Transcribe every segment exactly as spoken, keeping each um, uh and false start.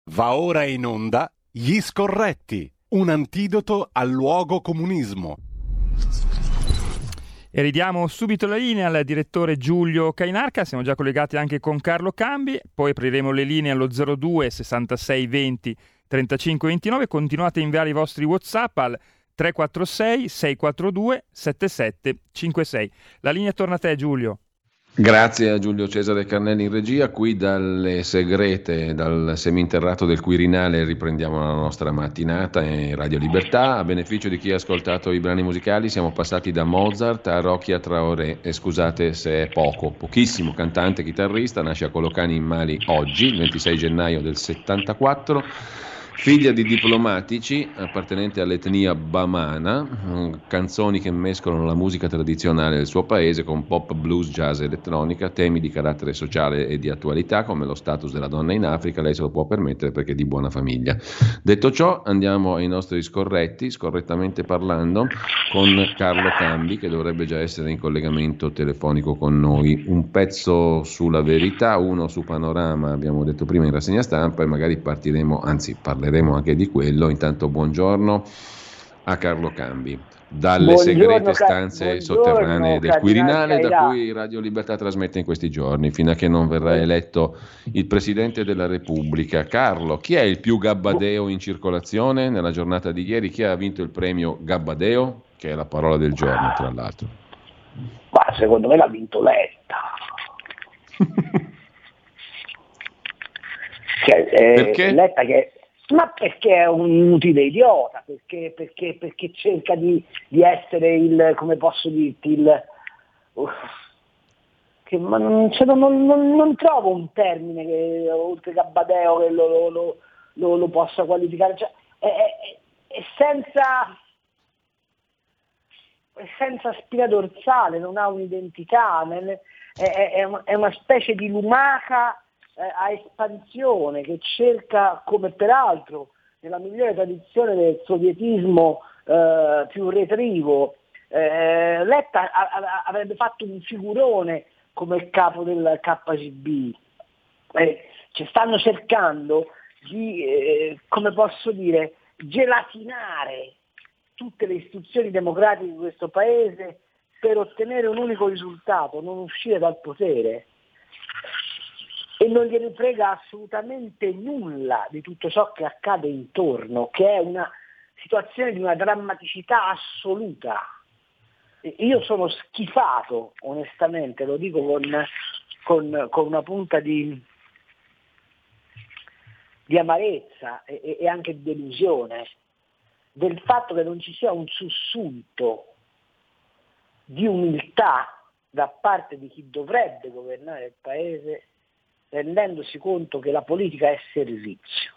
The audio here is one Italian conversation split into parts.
Va ora in onda Gli Scorretti, un antidoto al luogo comunismo. E ridiamo subito la linea al direttore Giulio Cainarca, siamo già collegati anche con Carlo Cambi, poi apriremo le linee allo zero due sessantasei venti trentacinque ventinove, continuate a inviare i vostri WhatsApp al tre quattro sei sei quattro due sette sette cinque sei. La linea torna a te, Giulio. Grazie a Giulio Cesare Carnelli in regia, qui dalle segrete, dal seminterrato del Quirinale riprendiamo la nostra mattinata in Radio Libertà. A beneficio di chi ha ascoltato i brani musicali siamo passati da Mozart a Rokia Traoré, e scusate se è poco, pochissimo cantante, chitarrista, nasce a Colocani in Mali oggi, il ventisei gennaio del settantaquattro. Figlia di diplomatici, appartenente all'etnia bamana, canzoni che mescolano la musica tradizionale del suo paese con pop, blues, jazz e elettronica, temi di carattere sociale e di attualità come lo status della donna in Africa, lei se lo può permettere perché è di buona famiglia. Detto ciò, andiamo ai nostri scorretti, scorrettamente parlando, con Carlo Cambi, che dovrebbe già essere in collegamento telefonico con noi. Un pezzo sulla verità, uno su Panorama, abbiamo detto prima in rassegna stampa, e magari partiremo, anzi parleremo anche di quello. Intanto buongiorno a Carlo Cambi dalle buongiorno, segrete stanze sotterranee del Quirinale, da cui Radio Libertà trasmette in questi giorni fino a che non verrà eletto il Presidente della Repubblica. Carlo, chi è il più gabbadeo in circolazione nella giornata di ieri? Chi ha vinto il premio Gabbadeo, che è la parola del giorno tra l'altro? Ma secondo me l'ha vinto Letta. Cioè, eh, Perché? Letta che Ma perché è un inutile idiota, perché, perché, perché cerca di, di essere il, come posso dirti, il... Uh, che, ma non, cioè, non, non, non trovo un termine che, oltre Gabbadeo, che lo, lo, lo, lo, lo possa qualificare, cioè, è, è, è senza... è senza spina dorsale, non ha un'identità, è, è, è, una, è una specie di lumaca a espansione che cerca, come peraltro nella migliore tradizione del sovietismo eh, più retrivo, eh, Letta a, a, avrebbe fatto un figurone come capo del K G B. Eh, cioè stanno cercando di, eh, come posso dire, gelatinare tutte le istituzioni democratiche di questo paese per ottenere un unico risultato, non uscire dal potere. E non gliene frega assolutamente nulla di tutto ciò che accade intorno, che è una situazione di una drammaticità assoluta. Io sono schifato, onestamente, lo dico con, con, con una punta di, di amarezza e, e anche di delusione, del fatto che non ci sia un sussulto di umiltà da parte di chi dovrebbe governare il Paese, rendendosi conto che la politica è servizio.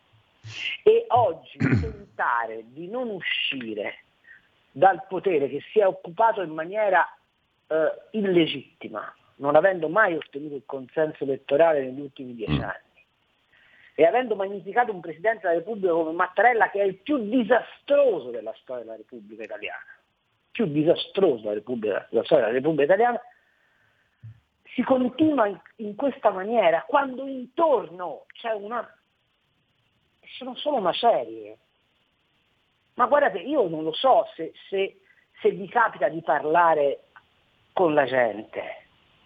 E oggi tentare di non uscire dal potere che si è occupato in maniera eh, illegittima, non avendo mai ottenuto il consenso elettorale negli ultimi dieci anni, e avendo magnificato un Presidente della Repubblica come Mattarella, che è il più disastroso della storia della Repubblica Italiana, più disastroso della, Repubblica, della storia della Repubblica Italiana, si continua in, in questa maniera quando intorno c'è una... sono solo macerie. Ma guardate, io non lo so se, se, se vi capita di parlare con la gente,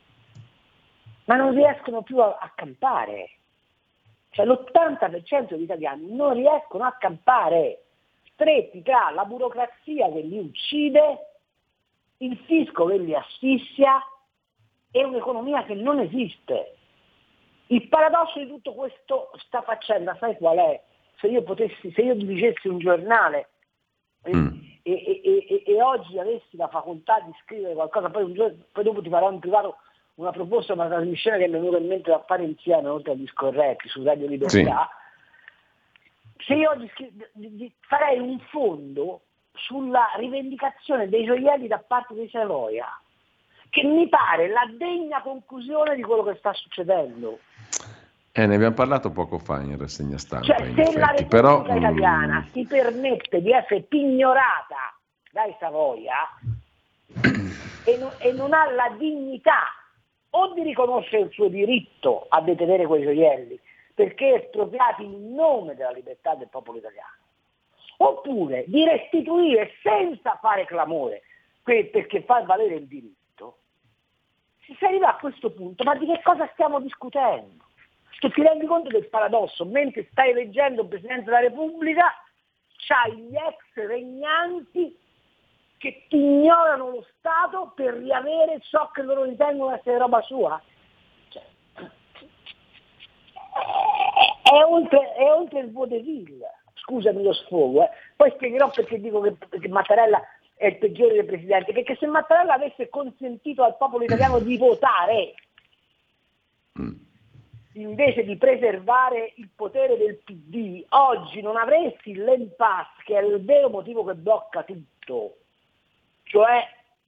ma non riescono più a, a campare. Cioè l'ottanta per cento degli italiani non riescono a campare, stretti tra la burocrazia che li uccide, il fisco che li asfissia, è un'economia che non esiste. Il paradosso di tutto questo sta faccenda, sai qual è? Se io potessi, se io dirigessi un giornale mm. e, e, e, e oggi avessi la facoltà di scrivere qualcosa, poi, un giorno, poi dopo ti farò in privato una proposta, una trasmissione che mi è venuta in mente da fare insieme, oltre agli scorretti, su Radio Libertà, sì. Se io oggi scri- di, di, farei un fondo sulla rivendicazione dei gioielli da parte dei Savoia, che mi pare la degna conclusione di quello che sta succedendo. Eh, ne abbiamo parlato poco fa in rassegna stampa. Cioè, in se effetti, la Repubblica però, Italiana mh... si permette di essere pignorata dai Savoia e, no, e non ha la dignità o di riconoscere il suo diritto a detenere quei gioielli, perché espropriati in nome della libertà del popolo italiano, oppure di restituire senza fare clamore, perché far valere il diritto, si arriva a questo punto. Ma di che cosa stiamo discutendo? Che ti rendi conto del paradosso? Mentre stai eleggendo il Presidente della Repubblica, c'hai gli ex regnanti che ti ignorano lo Stato per riavere ciò che loro ritengono essere roba sua. Cioè, è, è, oltre, è oltre il vaudeville. Scusami lo sfogo, eh. Poi spiegherò perché dico che, che Mattarella è il peggiore dei presidenti, perché se Mattarella avesse consentito al popolo italiano di votare invece di preservare il potere del P D, oggi non avresti l'impasse, che è il vero motivo che blocca tutto, cioè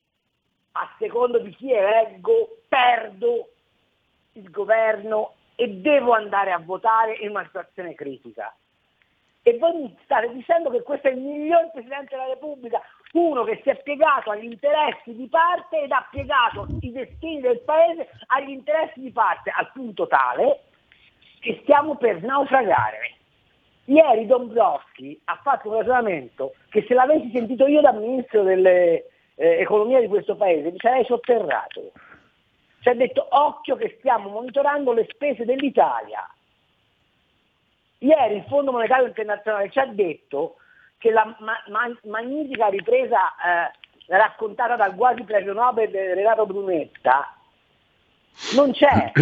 a secondo di chi eleggo perdo il governo e devo andare a votare in una situazione critica. E voi mi state dicendo che questo è il miglior Presidente della Repubblica, uno che si è piegato agli interessi di parte ed ha piegato i destini del Paese agli interessi di parte, al punto tale che stiamo per naufragare. Ieri Dombrovskis ha fatto un ragionamento che, se l'avessi sentito io da ministro dell'economia eh, di questo Paese, mi sarei sotterrato. Ci ha detto: occhio che stiamo monitorando le spese dell'Italia. Ieri il Fondo Monetario Internazionale ci ha detto che la ma- ma- magnifica ripresa eh, raccontata dal quasi premio Nobel Renato Brunetta non c'è.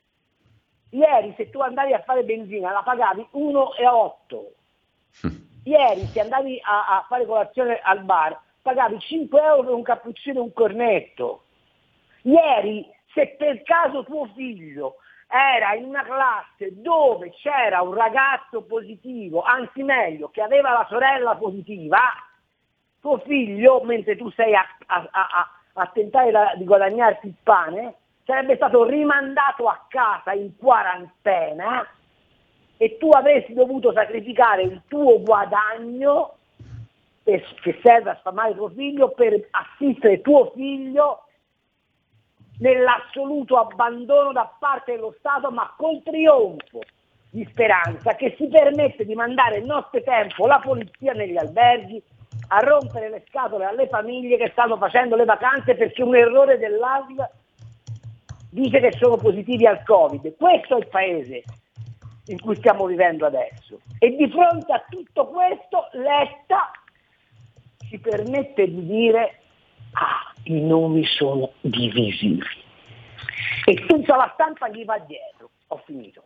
Ieri se tu andavi a fare benzina la pagavi uno virgola otto. Ieri se andavi a, a fare colazione al bar pagavi cinque euro per un cappuccino e un cornetto. Ieri se per caso tuo figlio era in una classe dove c'era un ragazzo positivo, anzi meglio, che aveva la sorella positiva, tuo figlio, mentre tu sei a, a, a, a tentare da, di guadagnarti il pane, sarebbe stato rimandato a casa in quarantena e tu avresti dovuto sacrificare il tuo guadagno per, che serve a sfamare tuo figlio, per assistere tuo figlio nell'assoluto abbandono da parte dello Stato, ma col trionfo di Speranza, che si permette di mandare nottetempo la polizia negli alberghi a rompere le scatole alle famiglie che stanno facendo le vacanze perché un errore dell'A S L dice che sono positivi al Covid. Questo è il paese in cui stiamo vivendo adesso. E di fronte a tutto questo Letta si permette di dire: ah, i nomi sono divisivi. E tutta la stampa gli va dietro. Ho finito.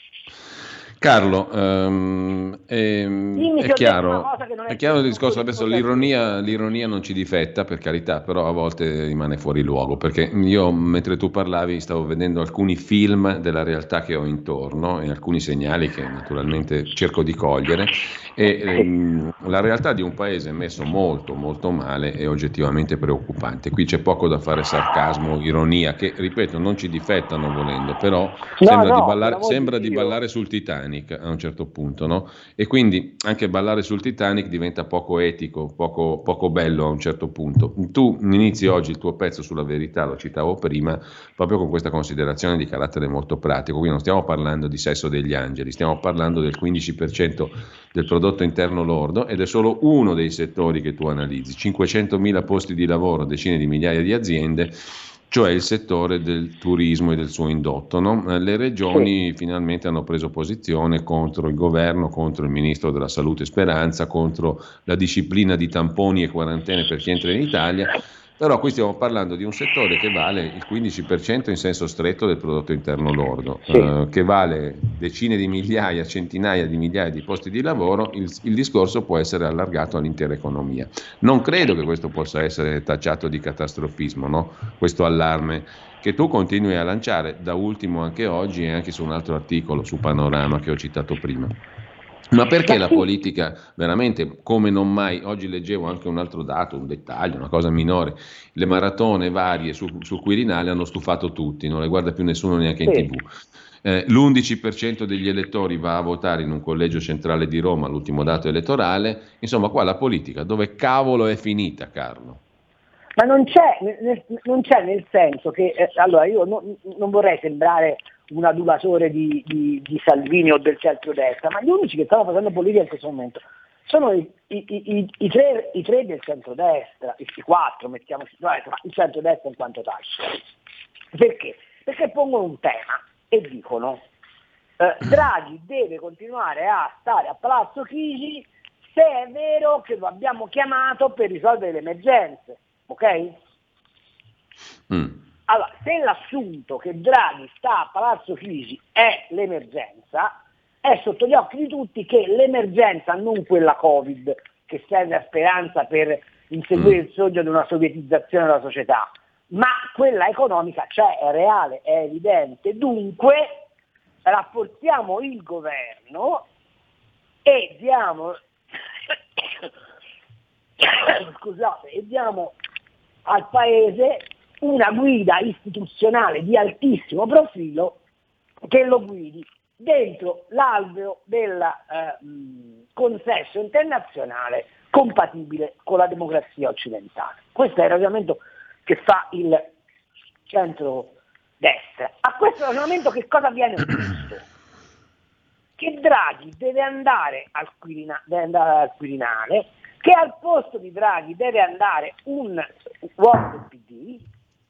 Carlo, um, è, è chiaro, è chiaro il discorso. Adesso l'ironia, l'ironia non ci difetta, per carità, però a volte rimane fuori luogo, perché io mentre tu parlavi stavo vedendo alcuni film della realtà che ho intorno e alcuni segnali che naturalmente cerco di cogliere, e um, la realtà di un paese messo molto molto male è oggettivamente preoccupante. Qui c'è poco da fare sarcasmo, ironia, che ripeto non ci difettano volendo, però no, sembra, no, di, ballare, sembra di ballare sul Titanic a un certo punto, no? E quindi anche ballare sul Titanic diventa poco etico, poco, poco bello a un certo punto. Tu inizi oggi il tuo pezzo sulla verità, lo citavo prima, proprio con questa considerazione di carattere molto pratico. Qui non stiamo parlando di sesso degli angeli, stiamo parlando del quindici per cento del prodotto interno lordo, ed è solo uno dei settori che tu analizzi. cinquecentomila posti di lavoro, decine di migliaia di aziende, cioè il settore del turismo e del suo indotto, no? Le regioni sì. finalmente hanno preso posizione contro il governo, contro il ministro della Salute Speranza, contro la disciplina di tamponi e quarantene per chi entra in Italia, però qui stiamo parlando di un settore che vale il quindici per cento in senso stretto del prodotto interno lordo, sì. eh, che vale decine di migliaia, centinaia di migliaia di posti di lavoro. Il, il discorso può essere allargato all'intera economia. Non credo che questo possa essere tacciato di catastrofismo, no? Questo allarme che tu continui a lanciare, da ultimo anche oggi e anche su un altro articolo su Panorama che ho citato prima. Ma perché la politica veramente, come non mai, oggi leggevo anche un altro dato, un dettaglio, una cosa minore, le maratone varie su, sul Quirinale hanno stufato tutti, non le guarda più nessuno neanche in tivù. Eh, l'undici per cento degli elettori va a votare in un collegio centrale di Roma, l'ultimo dato elettorale. Insomma, qua la politica dove cavolo è finita, Carlo? Ma non c'è, non c'è nel senso che, eh, allora io non, non vorrei sembrare un adulatore di, di, di Salvini o del centrodestra, ma gli unici che stanno facendo politica in questo momento sono i, i, i, i, tre, i tre del centrodestra, i quattro, mettiamoci, no, il centrodestra in quanto tale. Perché? Perché pongono un tema e dicono eh, Draghi deve continuare a stare a Palazzo Chigi se è vero che lo abbiamo chiamato per risolvere le emergenze, ok? Mm. Allora, se l'assunto che Draghi sta a Palazzo Chigi è l'emergenza, è sotto gli occhi di tutti che l'emergenza, non quella Covid, che serve a Speranza per inseguire mm. il sogno di una sovietizzazione della società, ma quella economica c'è, è reale, è evidente. Dunque rafforziamo il governo e diamo scusate, e diamo al Paese una guida istituzionale di altissimo profilo che lo guidi dentro l'alveo del eh, consesso internazionale compatibile con la democrazia occidentale. Questo è il ragionamento che fa il centro-destra. A questo ragionamento che cosa viene opposto? Che Draghi deve andare al Quirinale, deve andare al Quirinale, che al posto di Draghi deve andare un uomo del P D,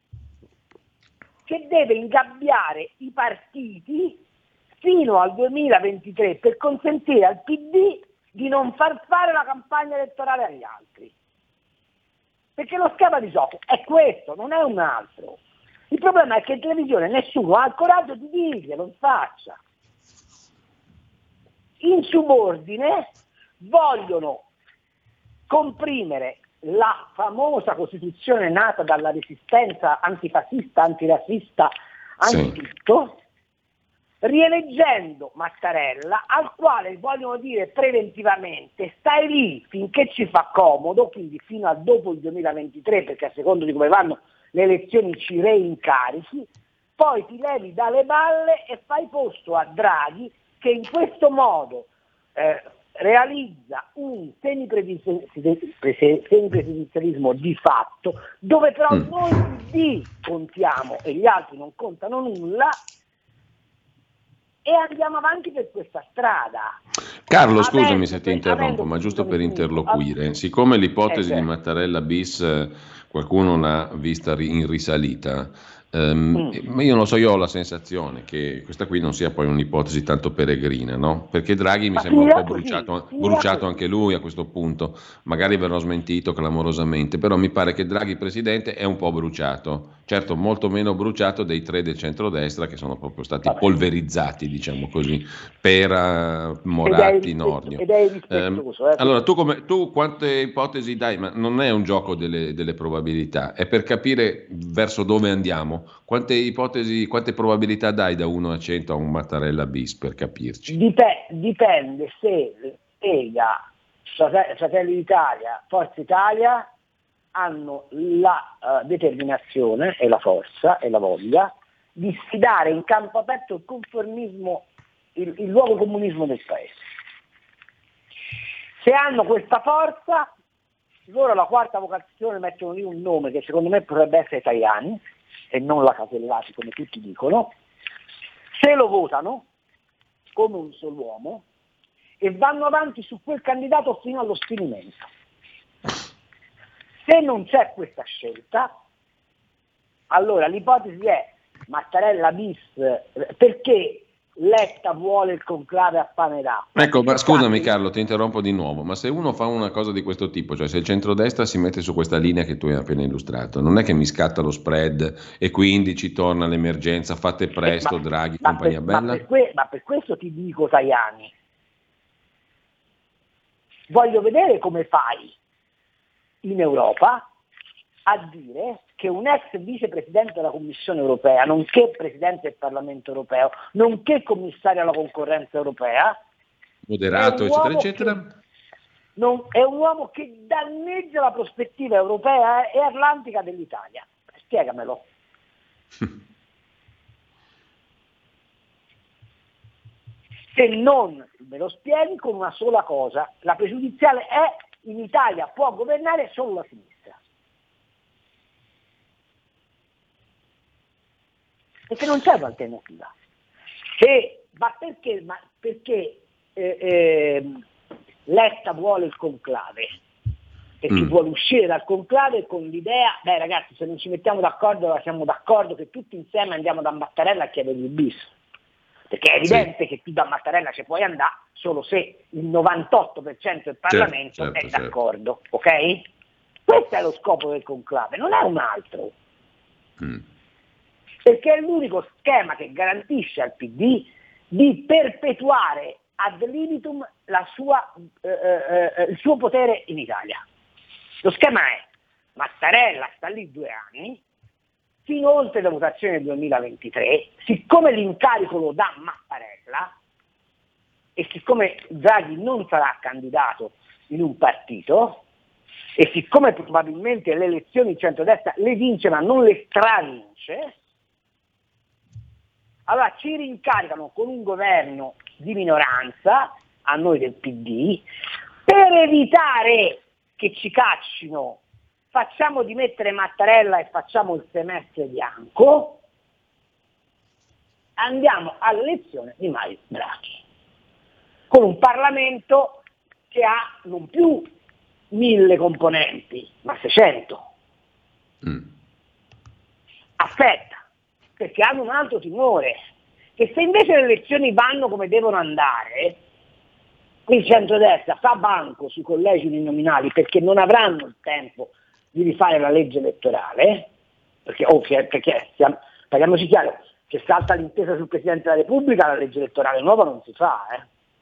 che deve ingabbiare i partiti fino al duemilaventitré per consentire al P D di non far fare la campagna elettorale agli altri. Perché lo schema di gioco è questo, non è un altro. Il problema è che in televisione nessuno ha il coraggio di dirglielo, non faccia. In subordine vogliono comprimere la famosa Costituzione nata dalla resistenza antifascista, antirazzista, antitutto, sì. rieleggendo Mattarella, al quale vogliono dire preventivamente stai lì finché ci fa comodo, quindi fino a dopo il duemilaventitré, perché a secondo di come vanno le elezioni ci reincarichi, poi ti levi dalle balle e fai posto a Draghi, che in questo modo eh, realizza un semipresidenzialismo di fatto, dove però mm. noi P D contiamo e gli altri non contano nulla, e andiamo avanti per questa strada. Carlo, avendo, scusami se ti interrompo, ma giusto per interloquire, siccome l'ipotesi eh, di Mattarella bis qualcuno l'ha vista in risalita, Um, mm. io non so, io ho la sensazione che questa qui non sia poi un'ipotesi tanto peregrina, no? Perché Draghi mi Ma sembra un po' bruciato, bruciato anche lui a questo punto, magari verrò smentito clamorosamente, però mi pare che Draghi presidente è un po' bruciato, certo molto meno bruciato dei tre del centrodestra che sono proprio stati Vabbè. polverizzati, diciamo così, Pera, Moratti, Nordio. Ed è rispettoso, eh, allora tu, come, tu quante ipotesi dai? Ma non è un gioco delle, delle probabilità, è per capire verso dove andiamo. Quante ipotesi, quante probabilità dai da uno a cento a un Mattarella bis, per capirci? Dip- dipende se Lega, Fratelli d'Italia, Forza Italia hanno la uh, determinazione e la forza e la voglia di sfidare in campo aperto il conformismo, il, il nuovo comunismo del Paese. Se hanno questa forza, loro la quarta vocazione mettono lì un nome che secondo me potrebbe essere Tajani, e non la Casellati come tutti dicono, se lo votano come un solo uomo e vanno avanti su quel candidato fino allo sfinimento. Se non c'è questa scelta, allora l'ipotesi è Mattarella bis, perché Letta vuole il conclave a pane d'acqua. Ecco, ma scusami Carlo, ti interrompo di nuovo, ma se uno fa una cosa di questo tipo, cioè se il centrodestra si mette su questa linea che tu hai appena illustrato, non è che mi scatta lo spread e quindi ci torna l'emergenza, fate presto, eh, ma, Draghi, ma compagnia per, bella? Ma per, que- ma per questo ti dico, Tajani, voglio vedere come fai in Europa a dire che un ex vicepresidente della Commissione europea, nonché presidente del Parlamento europeo, nonché commissario alla concorrenza europea, moderato, eccetera, eccetera, non, è un uomo che danneggia la prospettiva europea e atlantica dell'Italia. Spiegamelo. Se non me lo spieghi con una sola cosa, la pregiudiziale è: in Italia può governare solo la sinistra. Perché non c'è un'alternativa. Se, ma perché, ma perché eh, eh, Letta vuole il conclave? Perché Mm. vuole uscire dal conclave con l'idea, beh ragazzi, se non ci mettiamo d'accordo, allora siamo d'accordo che tutti insieme andiamo da Mattarella a chiedergli il bis. Perché è evidente sì. che tu da Mattarella ci puoi andare solo se il novantotto per cento del Parlamento certo, certo, è d'accordo, certo. Ok? Questo è lo scopo del conclave, non è un altro. Mm. Perché è l'unico schema che garantisce al P D di perpetuare ad libitum la sua, eh, eh, il suo potere in Italia. Lo schema è: Mattarella sta lì due anni, fino oltre le votazioni del duemilaventitré, siccome l'incarico lo dà Mattarella e siccome Draghi non sarà candidato in un partito e siccome probabilmente le elezioni in centrodestra le vince ma non le stravince, allora ci rincaricano con un governo di minoranza, a noi del P D, per evitare che ci caccino. Facciamo dimettere Mattarella e facciamo il semestre bianco, andiamo all'elezione di Mario Draghi, con un Parlamento che ha non più mille componenti, ma seicento. Mm. Aspetta, perché hanno un altro timore, che se invece le elezioni vanno come devono andare, il centrodestra fa banco sui collegi uninominali perché non avranno il tempo di rifare la legge elettorale, perché, oh, perché siamo, parliamoci chiaro, che salta l'intesa sul Presidente della Repubblica, la legge elettorale nuova non si fa. Eh.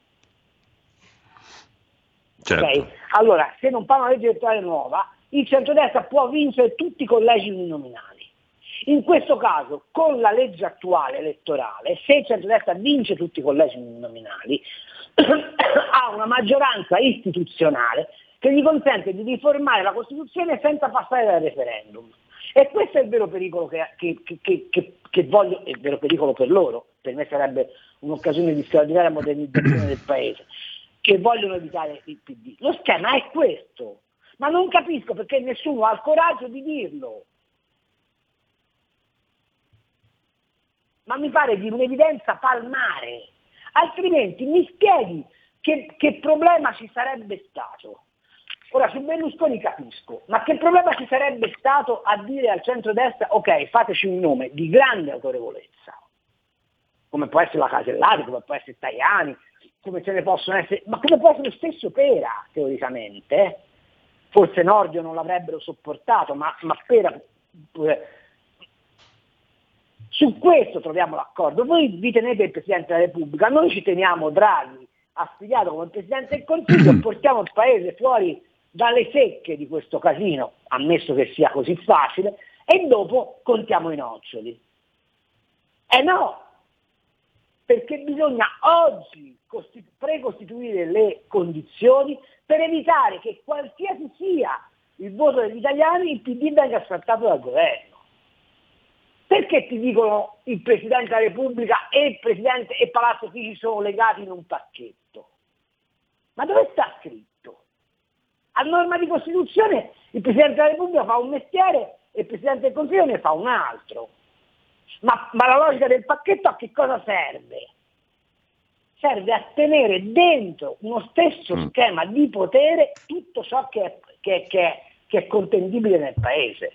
Certo. Okay? Allora, se non fa una legge elettorale nuova, il centrodestra può vincere tutti i collegi uninominali. In questo caso, con la legge attuale elettorale, se il centrodestra vince tutti i collegi uninominali, ha una maggioranza istituzionale che gli consente di riformare la Costituzione senza passare dal referendum. E questo è il vero pericolo che, che, che, che, che voglio, è il vero pericolo per loro, per me sarebbe un'occasione di straordinaria modernizzazione del Paese, che vogliono evitare il P D. Lo schema è questo, ma non capisco perché nessuno ha il coraggio di dirlo. Ma mi pare di un'evidenza palmare, altrimenti mi spieghi che, che problema ci sarebbe stato. Ora su Berlusconi capisco, ma che problema ci sarebbe stato a dire al centrodestra ok, fateci un nome di grande autorevolezza, come può essere la Casellati, come può essere Tajani, come ce ne possono essere, ma come può essere lo stesso Pera, teoricamente, forse Nordio non l'avrebbero sopportato, ma, ma Pera... Eh, su questo troviamo l'accordo. Voi vi tenete il Presidente della Repubblica, noi ci teniamo Draghi affiliato come Presidente del Consiglio e portiamo il Paese fuori dalle secche di questo casino, ammesso che sia così facile, e dopo contiamo i noccioli. Eh no, perché bisogna oggi precostituire le condizioni per evitare che qualsiasi sia il voto degli italiani, il P D venga sfrattato dal governo. Perché ti dicono il Presidente della Repubblica e il Presidente e Palazzo Chigi sono legati in un pacchetto? Ma dove sta scritto? A norma di Costituzione il Presidente della Repubblica fa un mestiere e il Presidente del Consiglio ne fa un altro. Ma, ma la logica del pacchetto a che cosa serve? Serve a tenere dentro uno stesso mm. schema di potere tutto ciò che è, che, che, che è contendibile nel Paese.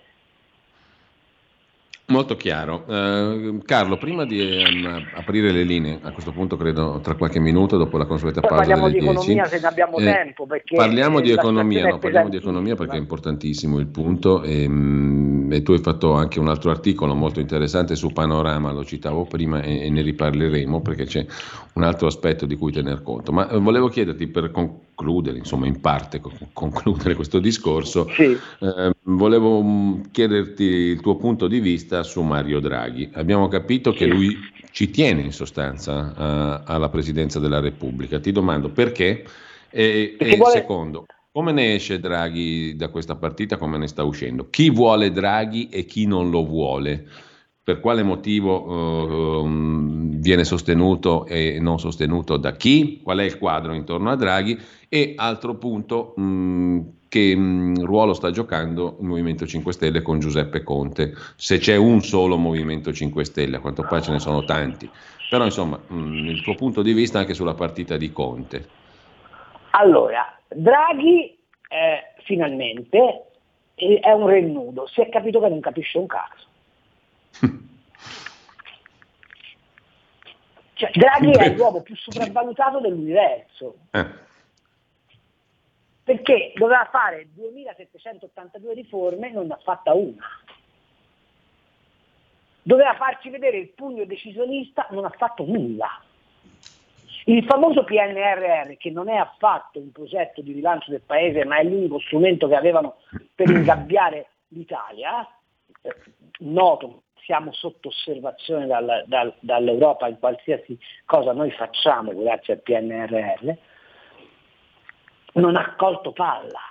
Molto chiaro. Uh, Carlo, prima di um, aprire le linee, a questo punto credo tra qualche minuto, dopo la consueta pausa parliamo delle di dieci, economia se ne abbiamo eh, tempo. Perché parliamo di economia, no, è parliamo di economia perché è importantissimo il punto e, um, e tu hai fatto anche un altro articolo molto interessante su Panorama, lo citavo prima e, e ne riparleremo perché c'è un altro aspetto di cui tener conto. Ma eh, volevo chiederti per concludere, insomma in parte con, concludere questo discorso, sì. eh, volevo um, chiederti il tuo punto di vista su Mario Draghi. Abbiamo capito che lui ci tiene in sostanza uh, alla presidenza della Repubblica. Ti domando perché e, e vuole... secondo, come ne esce Draghi da questa partita, come ne sta uscendo? Chi vuole Draghi e chi non lo vuole? Per quale motivo uh, um, viene sostenuto e non sostenuto da chi? Qual è il quadro intorno a Draghi? E altro punto, mh, che mh, ruolo sta giocando il Movimento cinque Stelle con Giuseppe Conte? Se c'è un solo Movimento cinque Stelle, a quanto pare ce ne sono tanti, Però insomma, mh, il tuo punto di vista anche sulla partita di Conte. Allora, Draghi eh, finalmente è un re nudo, si è capito che non capisce un cazzo. Cioè, Draghi è l'uomo più sopravvalutato dell'universo. Eh. Perché doveva fare duemilasettecentottantadue riforme, non ne ha fatta una. Doveva farci vedere il pugno decisionista, non ha fatto nulla. Il famoso P N R R, che non è affatto un progetto di rilancio del paese, ma è l'unico strumento che avevano per ingabbiare l'Italia, eh, noto, siamo sotto osservazione dal, dal, dall'Europa in qualsiasi cosa noi facciamo grazie al P N R R, non ha colto palla.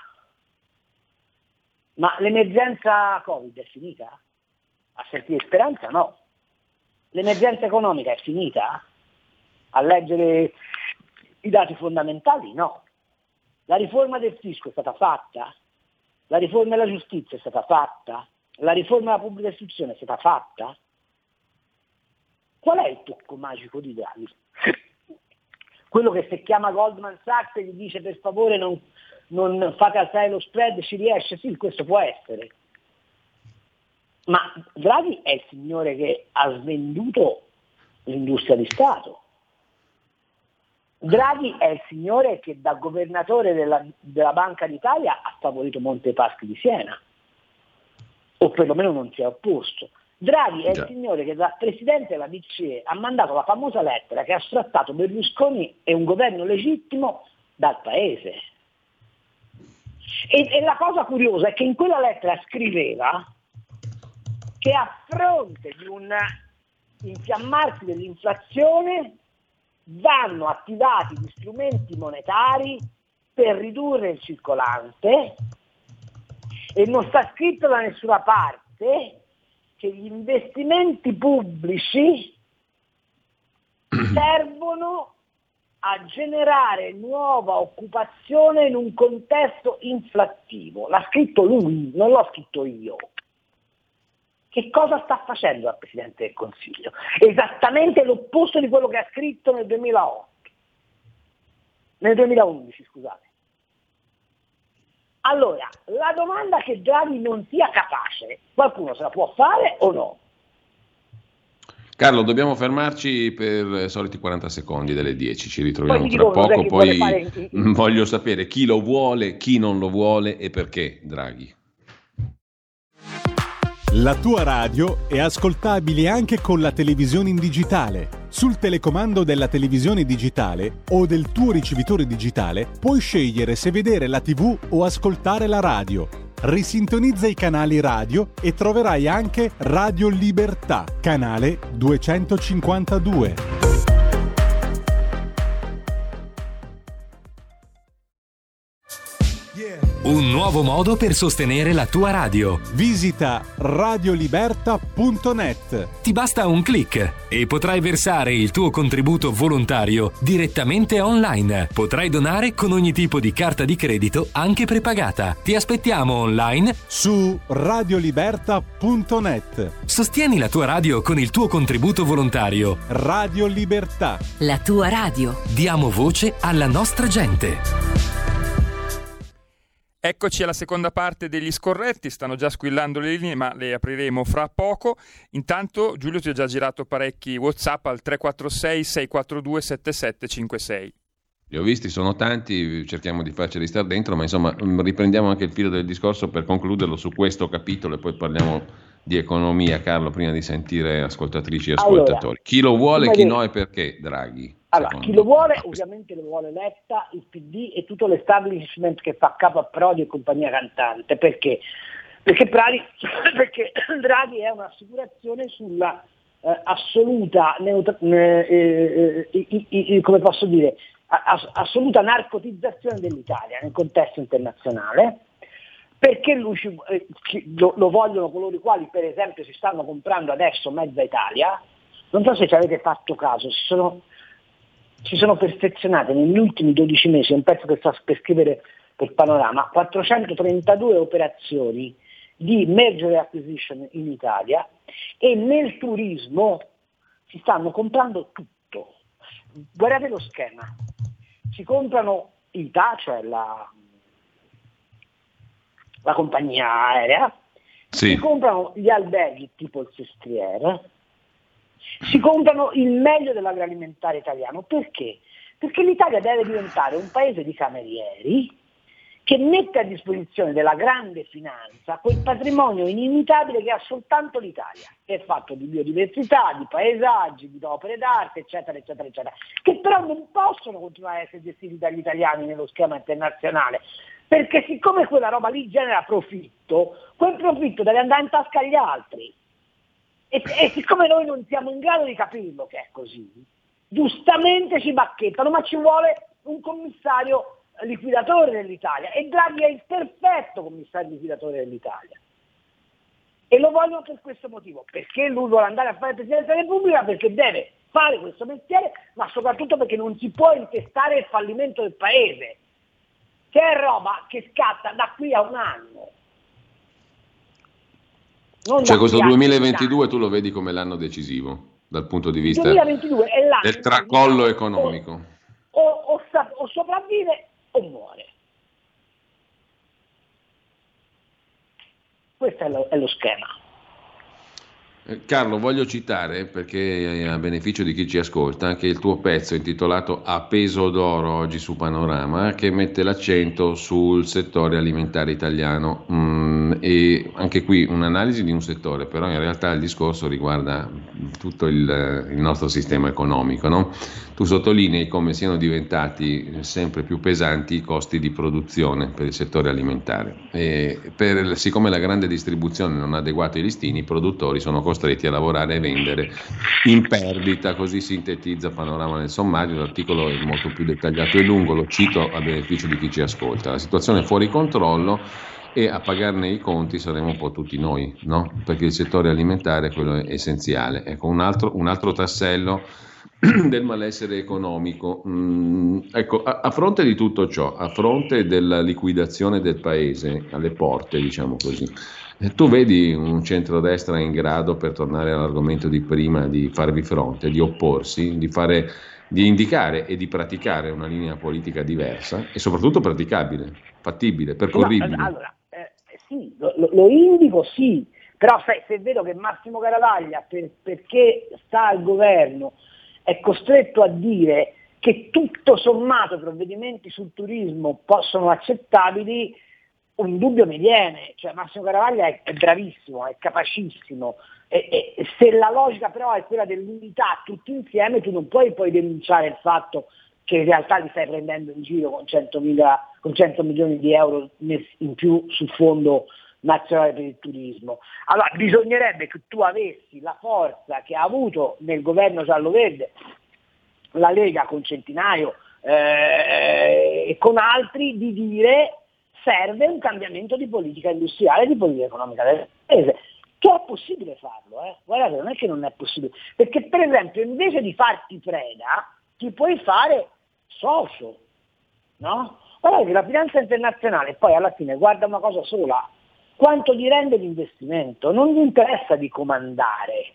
Ma l'emergenza Covid è finita? A sentire speranza no. L'emergenza economica è finita? A leggere i dati fondamentali no. La riforma del fisco è stata fatta? La riforma della giustizia è stata fatta? La riforma della pubblica istruzione è stata fatta? Qual è il tocco magico di Draghi? Quello che se chiama Goldman Sachs e gli dice per favore non, non fate alzare lo spread, ci riesce? Sì, questo può essere. Ma Draghi è il signore che ha svenduto l'industria di Stato. Draghi è il signore che da governatore della, della Banca d'Italia ha favorito Monte Paschi di Siena, o perlomeno non si è opposto. Draghi è il signore che da presidente della B C E ha mandato la famosa lettera che ha sfrattato Berlusconi e un governo legittimo dal paese. E, e la cosa curiosa è che in quella lettera scriveva che a fronte di un infiammarsi dell'inflazione vanno attivati gli strumenti monetari per ridurre il circolante, e non sta scritto da nessuna parte che gli investimenti pubblici servono a generare nuova occupazione in un contesto inflattivo. L'ha scritto lui, non l'ho scritto io. Che cosa sta facendo il Presidente del Consiglio? Esattamente l'opposto di quello che ha scritto nel duemilaotto, nel duemilaundici, scusate. Allora, la domanda che Draghi non sia capace, qualcuno se la può fare o no? Carlo, dobbiamo fermarci per i soliti quaranta secondi delle dieci, ci ritroviamo poi tra dico, poco, poi fare... voglio sapere chi lo vuole, chi non lo vuole e perché, Draghi. La tua radio è ascoltabile anche con la televisione in digitale. Sul telecomando della televisione digitale o del tuo ricevitore digitale puoi scegliere se vedere la tivù o ascoltare la radio. Risintonizza i canali radio e troverai anche Radio Libertà, canale duecentocinquantadue. Un nuovo modo per sostenere la tua radio. Visita radioliberta punto net. Ti basta un click e potrai versare il tuo contributo volontario direttamente online. Potrai donare con ogni tipo di carta di credito, anche prepagata. Ti aspettiamo online su radioliberta punto net. Sostieni la tua radio con il tuo contributo volontario. Radio Libertà. La tua radio. Diamo voce alla nostra gente. Eccoci alla seconda parte degli scorretti, stanno già squillando le linee ma le apriremo fra poco. Intanto Giulio ti ho già girato parecchi WhatsApp al tre quattro sei sei quattro due sette sette cinque sei. Li ho visti, sono tanti, cerchiamo di farceli stare dentro, ma insomma riprendiamo anche il filo del discorso per concluderlo su questo capitolo e poi parliamo di economia, Carlo, prima di sentire ascoltatrici e ascoltatori. Allora, chi lo vuole, chi no e perché, Draghi? Allora, chi lo vuole, ovviamente lo vuole Letta, il P D e tutto l'establishment che fa capo a Prodi e compagnia cantante. Perché? Perché, Pradi, perché Draghi è un'assicurazione sulla eh, assoluta, neutra, eh, eh, eh, eh, come posso dire, ass- assoluta narcotizzazione dell'Italia nel contesto internazionale, perché lui ci, eh, lo, lo vogliono coloro i quali per esempio si stanno comprando adesso mezza Italia. Non so se ci avete fatto caso, si sono... si sono perfezionate negli ultimi dodici mesi, è un pezzo che sto per scrivere per Panorama, quattrocentotrentadue operazioni di merger e acquisition in Italia, e nel turismo si stanno comprando tutto. Guardate lo schema, si comprano I T A, cioè la, la compagnia aerea, sì. Si comprano gli alberghi tipo il Sestriere, si comprano il meglio dell'agroalimentare italiano. Perché? Perché l'Italia deve diventare un paese di camerieri che mette a disposizione della grande finanza quel patrimonio inimitabile che ha soltanto l'Italia, che è fatto di biodiversità, di paesaggi, di opere d'arte, eccetera, eccetera, eccetera, che però non possono continuare a essere gestiti dagli italiani nello schema internazionale, perché siccome quella roba lì genera profitto, quel profitto deve andare in tasca agli altri. E, e siccome noi non siamo in grado di capirlo che è così, giustamente ci bacchettano, ma ci vuole un commissario liquidatore dell'Italia, e Draghi è il perfetto commissario liquidatore dell'Italia, e lo vogliono per questo motivo, perché lui vuole andare a fare il Presidente della Repubblica, perché deve fare questo mestiere, ma soprattutto perché non si può intestare il fallimento del paese, che è roba che scatta da qui a un anno. Non cioè da questo qui a duemilaventidue tu lo vedi come l'anno decisivo dal punto di vista duemilaventidue è l'anno del tracollo o, economico. O, o, o sopravvive o muore. Questo è lo, è lo schema. Carlo, voglio citare, perché a beneficio di chi ci ascolta, anche il tuo pezzo intitolato A peso d'oro oggi su Panorama, che mette l'accento sul settore alimentare italiano. Mm, e anche qui un'analisi di un settore, però in realtà il discorso riguarda tutto il, il nostro sistema economico, no? Tu sottolinei come siano diventati sempre più pesanti i costi di produzione per il settore alimentare. E per, siccome la grande distribuzione non ha adeguato i listini, i produttori sono costretti a lavorare e vendere in perdita, così sintetizza Panorama nel sommario. L'articolo è molto più dettagliato e lungo, lo cito a beneficio di chi ci ascolta. La situazione è fuori controllo e a pagarne i conti saremo un po' tutti noi, no? Perché il settore alimentare è quello essenziale. Ecco, un altro, un altro tassello del malessere economico. Mm, ecco, a, a fronte di tutto ciò, a fronte della liquidazione del paese alle porte, diciamo così, eh, tu vedi un centrodestra in grado, per tornare all'argomento di prima, di farvi fronte, di opporsi, di fare, di indicare e di praticare una linea politica diversa e soprattutto praticabile, fattibile, percorribile? No, allora, eh, sì, lo, lo indico, sì, però se, se vedo che Massimo Garavaglia, per, perché sta al governo, è costretto a dire che tutto sommato i provvedimenti sul turismo possono accettabili, un dubbio mi viene. Cioè Massimo Garavaglia è, è bravissimo, è capacissimo, e, e se la logica però è quella dell'unità tutti insieme, tu non puoi poi denunciare il fatto che in realtà li stai prendendo in giro con centomila, con cento milioni di euro in più sul fondo nazionale per il turismo. Allora bisognerebbe che tu avessi la forza che ha avuto nel governo giallo-verde la Lega con Centinaio eh, e con altri, di dire serve un cambiamento di politica industriale e di politica economica del paese, che è possibile farlo, eh? Guardate, non è che non è possibile, perché per esempio invece di farti preda ti puoi fare socio, no? Guardate che la finanza internazionale poi alla fine guarda una cosa sola: quanto gli rende l'investimento, non gli interessa di comandare.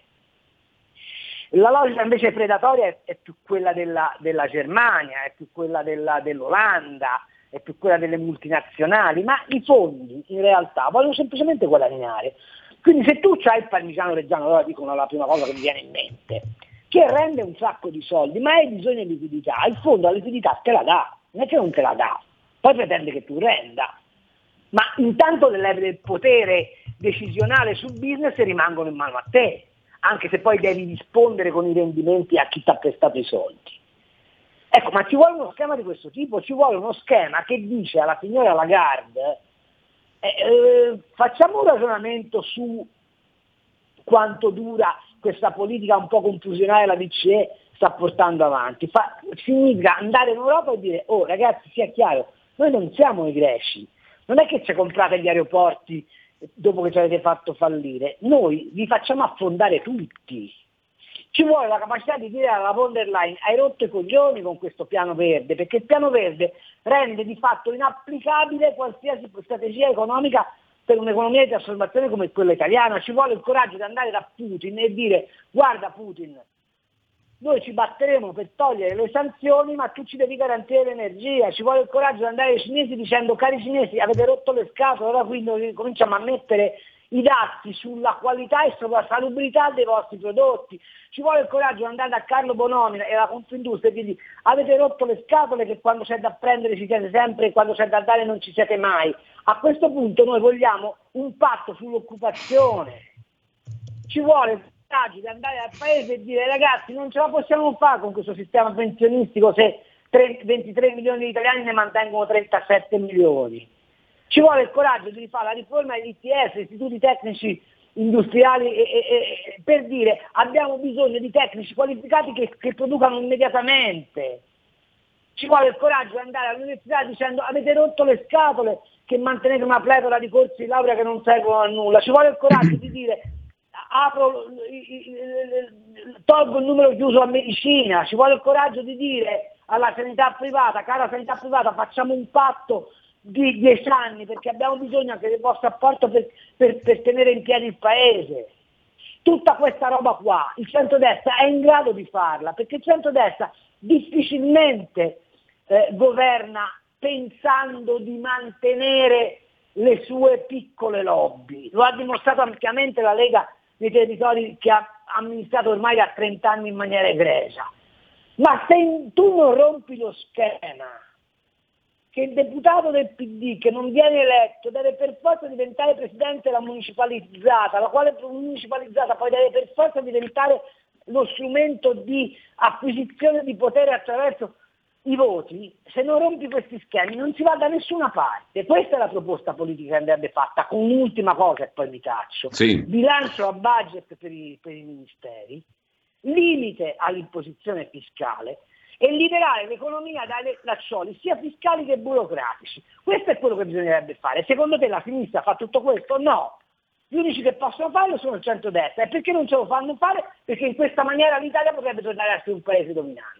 La logica invece predatoria è, è più quella della, della Germania, è più quella della, dell'Olanda, è più quella delle multinazionali, ma i fondi in realtà vogliono semplicemente guadagnare. Quindi se tu c'hai il parmigiano reggiano, allora dicono la prima cosa che mi viene in mente, che rende un sacco di soldi, ma hai bisogno di liquidità, il fondo la liquidità te la dà, non è che non te la dà, poi pretende che tu renda. Ma intanto le leve del potere decisionale sul business rimangono in mano a te, anche se poi devi rispondere con i rendimenti a chi ti ha prestato i soldi. Ecco, ma ci vuole uno schema di questo tipo, ci vuole uno schema che dice alla signora Lagarde eh, eh, facciamo un ragionamento su quanto dura questa politica un po' confusionale la B C E sta portando avanti. Fa, significa andare in Europa e dire: oh ragazzi, sia chiaro, noi non siamo i greci, non è che ci comprate gli aeroporti dopo che ci avete fatto fallire, noi vi facciamo affondare tutti. Ci vuole la capacità di dire alla von der Leyen: hai rotto i coglioni con questo piano verde, perché il piano verde rende di fatto inapplicabile qualsiasi strategia economica per un'economia di trasformazione come quella italiana. Ci vuole il coraggio di andare da Putin e dire: guarda Putin, noi ci batteremo per togliere le sanzioni, ma tu ci devi garantire l'energia. Ci vuole il coraggio di andare ai cinesi dicendo: cari cinesi, avete rotto le scatole, ora quindi cominciamo a mettere i dazi sulla qualità e sulla salubrità dei vostri prodotti. Ci vuole il coraggio di andare da Carlo Bonomi e la Confindustria e dirgli: avete rotto le scatole, che quando c'è da prendere ci siete sempre e quando c'è da dare non ci siete mai. A questo punto noi vogliamo un patto sull'occupazione. Ci vuole il coraggio di andare al paese e dire: ragazzi, non ce la possiamo fare con questo sistema pensionistico se ventitré milioni di italiani ne mantengono trentasette milioni. Ci vuole il coraggio di rifare la riforma degli I T S, istituti tecnici industriali, e, e, e, per dire: abbiamo bisogno di tecnici qualificati che, che producano immediatamente. Ci vuole il coraggio di andare all'università dicendo: avete rotto le scatole che mantenete una pletora di corsi di laurea che non servono a nulla. Ci vuole il coraggio di dire: apro, tolgo il numero chiuso a medicina. Ci vuole il coraggio di dire alla sanità privata: cara sanità privata, facciamo un patto di dieci anni perché abbiamo bisogno anche del vostro apporto per, per, per tenere in piedi il paese. Tutta questa roba qua il centrodestra è in grado di farla, perché il centrodestra difficilmente eh, governa pensando di mantenere le sue piccole lobby. Lo ha dimostrato ampiamente la Lega nei territori che ha amministrato ormai da trenta anni in maniera egregia. Ma se tu non rompi lo schema che il deputato del P D che non viene eletto deve per forza diventare presidente della municipalizzata, la quale municipalizzata poi deve per forza diventare lo strumento di acquisizione di potere attraverso i voti, se non rompi questi schemi non si va da nessuna parte. Questa è la proposta politica che andrebbe fatta, con un'ultima cosa e poi mi taccio. Sì. Bilancio a budget per i, per i ministeri, limite all'imposizione fiscale e liberare l'economia dai laccioli sia fiscali che burocratici. Questo è quello che bisognerebbe fare. Secondo te la sinistra fa tutto questo? No. Gli unici che possono farlo sono il centrodestra. E perché non ce lo fanno fare? Perché in questa maniera l'Italia potrebbe tornare a essere un paese dominante.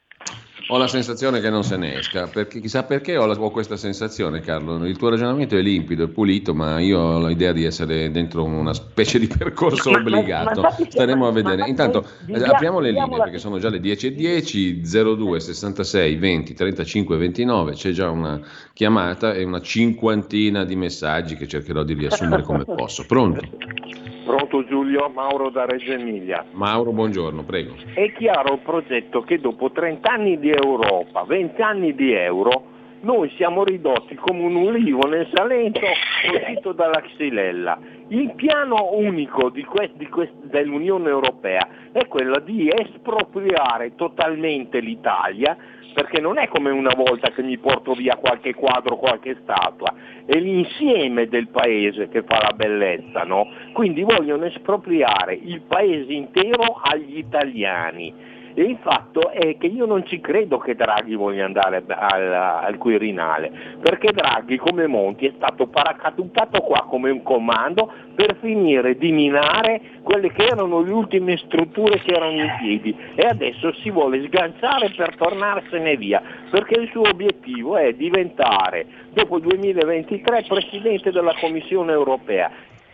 Ho la sensazione che non se ne esca, perché chissà perché ho, la, ho questa sensazione, Carlo. Il tuo ragionamento è limpido, è pulito, ma io ho l'idea di essere dentro una specie di percorso ma, obbligato. Ma, ma Staremo a vedere. Intanto viviamo, apriamo le linee la... perché sono già le dieci e dieci, zero due sessantasei venti trentacinque ventinove. C'è già una chiamata e una cinquantina di messaggi che cercherò di riassumere come posso. Pronto? Pronto Giulio, Mauro da Reggio Emilia. Mauro, buongiorno, prego. È chiaro il progetto che dopo trenta anni di Europa, venti anni di euro, noi siamo ridotti come un ulivo nel Salento uscito dalla Xylella. Il piano unico di quest, di quest, dell'Unione Europea è quello di espropriare totalmente l'Italia, perché non è come una volta che mi porto via qualche quadro, qualche statua, è l'insieme del paese che fa la bellezza, no? Quindi vogliono espropriare il paese intero agli italiani. E il fatto è che io non ci credo che Draghi voglia andare al, al Quirinale, perché Draghi, come Monti, è stato paracadutato qua come un comando per finire di minare quelle che erano le ultime strutture che erano in piedi, e adesso si vuole sganciare per tornarsene via, perché il suo obiettivo è diventare dopo il duemilaventitré presidente della Commissione Europea.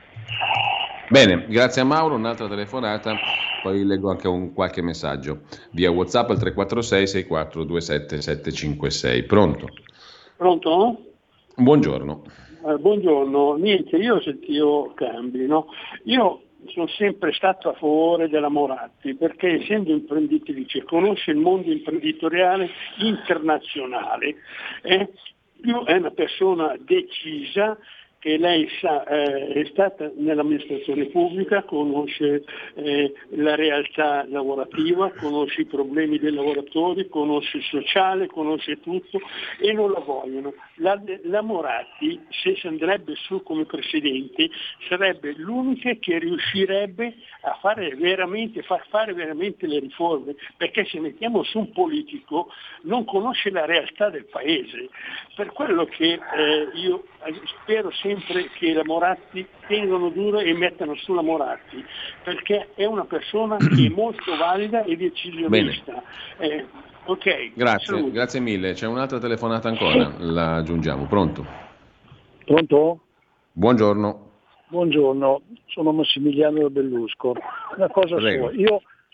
Bene, grazie a Mauro, un'altra telefonata, poi leggo anche un qualche messaggio via WhatsApp al tre quattro sei sei quattro due sette sette cinque sei. Pronto? Pronto? Buongiorno. Eh, buongiorno, niente, io sentivo Cambi, no? Io sono sempre stato a favore della Moratti, perché essendo imprenditrice conosce il mondo imprenditoriale internazionale, eh? Più è una persona decisa, che lei sa, eh, è stata nell'amministrazione pubblica, conosce eh, la realtà lavorativa, conosce i problemi dei lavoratori, conosce il sociale, conosce tutto, e non la vogliono. La, la Moratti, se si andrebbe su come presidente, sarebbe l'unica che riuscirebbe a fare veramente, far fare veramente le riforme, perché se mettiamo su un politico non conosce la realtà del paese. Per quello che eh, io spero sempre che la Moratti tengano duro e mettano sulla Moratti, perché è una persona che è molto valida e decisionista. Eh, ok. Grazie, saluto. Grazie mille. C'è un'altra telefonata ancora, la aggiungiamo. Pronto? Pronto? Buongiorno. Buongiorno, sono Massimiliano da Bellusco. Una cosa Prego. sua, io